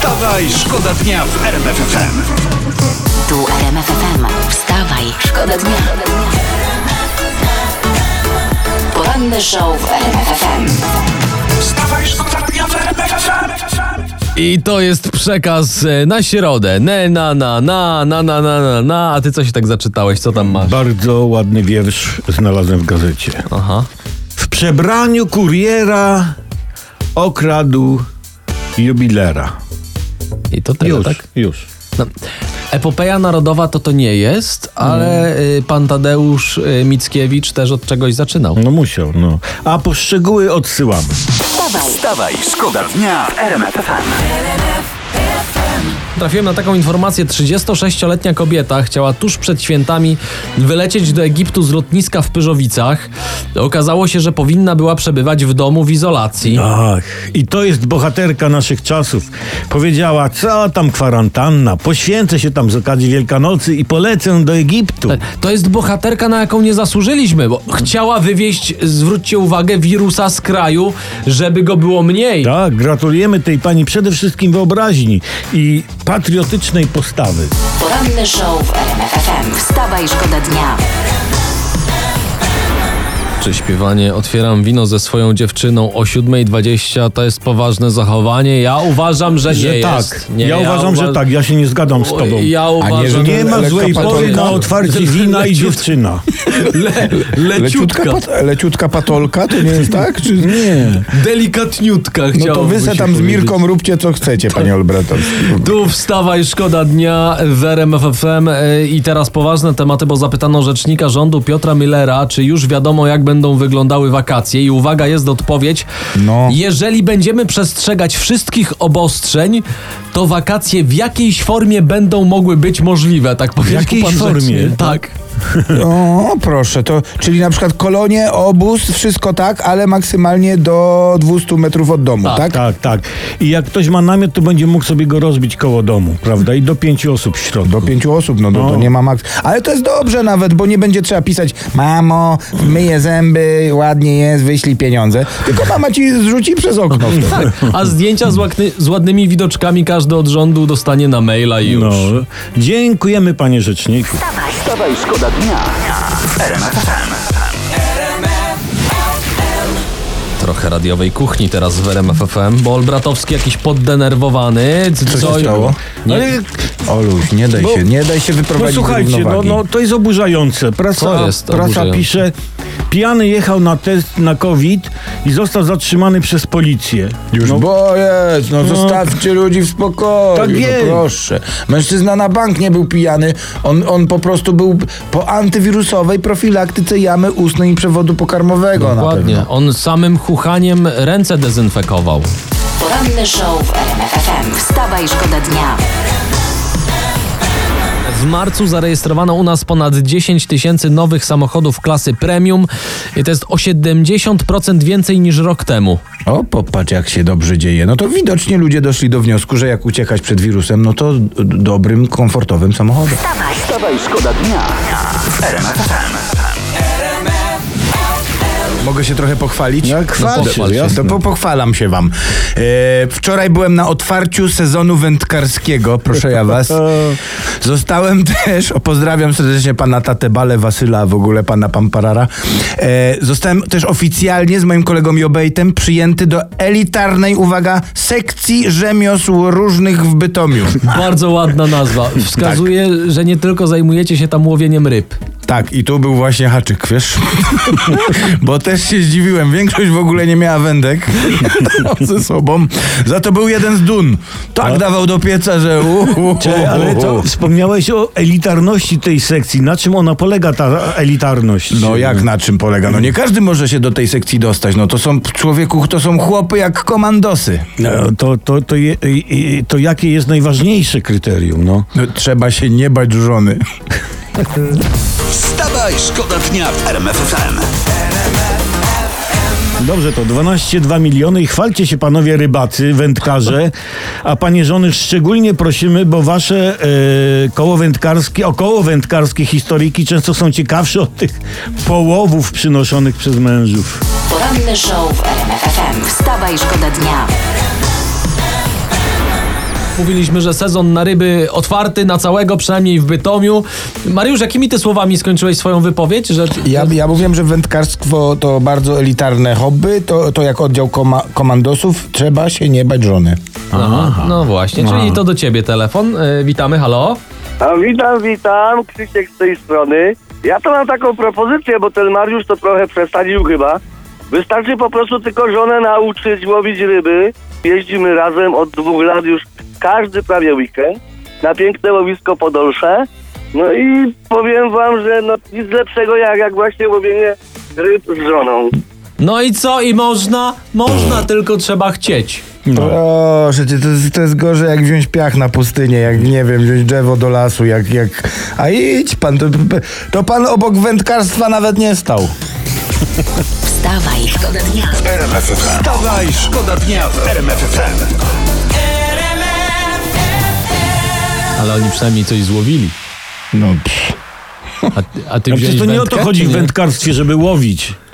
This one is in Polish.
Wstawaj, szkoda dnia w RMF FM. Tu RMF FM. Wstawaj, szkoda dnia. Poranny show w RMF FM. Wstawaj, szkoda dnia w RMF FM. I to jest przekaz na środę. Na. A ty co się tak zaczytałeś? Co tam masz? Bardzo ładny wiersz znalazłem w gazecie. Aha. W przebraniu kuriera okradł jubilera. I to tyle, Już, tak? już. No. Epopeja narodowa to nie jest, ale pan Tadeusz Mickiewicz też od czegoś zaczynał. No musiał, no. A po szczegóły odsyłamy. Wstawaj, szkoda dnia w RMF FM. Trafiłem na taką informację. 36-letnia kobieta chciała tuż przed świętami wylecieć do Egiptu z lotniska w Pyrzowicach. Okazało się, że powinna była przebywać w domu w izolacji. Ach, i to jest bohaterka naszych czasów. Powiedziała, co tam kwarantanna, poświęcę się tam z okazji Wielkanocy i polecę do Egiptu. To jest bohaterka, na jaką nie zasłużyliśmy, bo chciała wywieźć, zwróćcie uwagę, wirusa z kraju, żeby go było mniej. Tak, gratulujemy tej pani przede wszystkim wyobraźni i patriotycznej postawy. Poranny show w RMF FM. Wstawaj, szkoda dnia. Czy śpiewanie "Otwieram wino ze swoją dziewczyną o 7:20" to jest poważne zachowanie? Ja uważam, że nie tak. jest. Nie, ja uważam, że tak. Ja się nie zgadzam z tobą. Ja uważam, Że nie ma lekka złej pory patolka? na otwarcie wina i dziewczyna. leciutka. Leciutka patolka, to nie jest tak? Czy... Nie. Delikatniutka No to chciałoby wy se się tam z powiedzieć. Mirką róbcie co chcecie, panie Olbratowski. Tu wstawaj, szkoda dnia w RMF FM. I teraz poważne tematy, bo zapytano rzecznika rządu Piotra Müllera, czy już wiadomo, jak będą wyglądały wakacje. I uwaga, jest odpowiedź. No. Jeżeli będziemy przestrzegać wszystkich obostrzeń, to wakacje w jakiejś formie będą mogły być możliwe. Tak powiedział jakiejś pan formie? rzecznik. Tak. O, proszę, to czyli na przykład kolonie, obóz, wszystko tak, ale maksymalnie do 200 metrów od domu, tak? Tak. I jak ktoś ma namiot, to będzie mógł sobie go rozbić koło domu, prawda? I do 5 osób w środku. Do 5 osób, no. To nie ma maks. Ale to jest dobrze nawet, bo nie będzie trzeba pisać: mamo, myję zęby, ładnie jest, wyślij pieniądze. Tylko mama ci zrzuci przez okno. A zdjęcia z ładnymi widoczkami każdy od rządu dostanie na maila i już. No. Dziękujemy, panie rzeczniku. Wstawaj, szkoda dnia w RMF FM. Trochę radiowej kuchni teraz w RMF FM, bo Olbratowski jakiś poddenerwowany. Co się stało? Nie, Ale Oluś, nie daj się no wyprowadzić z słuchajcie, równowagi. to jest oburzające. Prasa oburzające? pisze, pijany jechał na test na COVID i został zatrzymany przez policję. Już jest, zostawcie ludzi w spokoju, Tak jest. proszę. Mężczyzna na bank nie był pijany, on po prostu był po antywirusowej profilaktyce jamy ustnej i przewodu pokarmowego. Na dokładnie. pewno. On samym chuchaniem ręce dezynfekował. Poranny show w RMF FM. Wstawaj, szkoda dnia. W marcu zarejestrowano u nas ponad 10 000 nowych samochodów klasy premium i to jest o 70% więcej niż rok temu. O, popatrz jak się dobrze dzieje. No to widocznie ludzie doszli do wniosku, że jak uciekać przed wirusem, no to dobrym, komfortowym samochodem. Wstawaj, szkoda dnia w RMF FM. Mogę się trochę pochwalić? Jak chwal się, pochwal się. jasne. To pochwalam się wam. Wczoraj byłem na otwarciu sezonu wędkarskiego, proszę ja was. Zostałem też, pozdrawiam serdecznie pana tatę Balę, Wasyla, w ogóle pana Pamparara. Zostałem też oficjalnie z moim kolegą Jobejtem przyjęty do elitarnej, uwaga, sekcji rzemiosł różnych w Bytomiu. Bardzo ładna nazwa. Wskazuje, że nie tylko zajmujecie się tam łowieniem ryb. Tak, i tu był właśnie haczyk, wiesz? Bo też się zdziwiłem. Większość w ogóle nie miała wędek ze sobą. Za to był jeden z dun. Tak dawał do pieca, że Ale to wspomniałeś o elitarności tej sekcji. Na czym ona polega, ta elitarność? No jak na czym polega? No nie każdy może się do tej sekcji dostać. No to są, człowieku, to są chłopy jak komandosy. No, to jakie jest najważniejsze kryterium, no? No, trzeba się nie bać żony. Wstawaj, szkoda dnia w RMF FM. Dobrze, to 12,2 miliony i chwalcie się panowie rybacy, wędkarze, a panie żony szczególnie prosimy, bo wasze około wędkarskie historyjki często są ciekawsze od tych połowów przynoszonych przez mężów. Poranny show w RMF FM. Wstawaj, szkoda dnia. mówiliśmy, że sezon na ryby otwarty, na całego, przynajmniej w Bytomiu. Mariusz, jakimi ty słowami skończyłeś swoją wypowiedź? Że... Ja mówiłem, że wędkarstwo to bardzo elitarne hobby, to jak oddział komandosów trzeba się nie bać żony. Aha. No właśnie, czyli to do ciebie telefon. Witamy, halo? A witam, Krzysiek z tej strony. Ja to mam taką propozycję, bo ten Mariusz to trochę przesadził chyba. Wystarczy po prostu tylko żonę nauczyć łowić ryby. Jeździmy razem od 2 lat już każdy prawie weekend na piękne łowisko Podolsze. No i powiem wam, że no nic lepszego jak właśnie łowienie ryb z żoną. No i co? I można? Można, tylko trzeba chcieć. Proszę cię, to jest gorzej jak wziąć piach na pustynię, jak nie wiem, wziąć drzewo do lasu, A idź pan, to pan obok wędkarstwa nawet nie stał. Wstawaj, szkoda dnia. Wstawaj, szkoda dnia w RMF FM. Ale oni przynajmniej coś złowili. No, A ty przecież wziąłeś to nie o to wędkę, chodzi czy w nie? wędkarstwie, żeby łowić.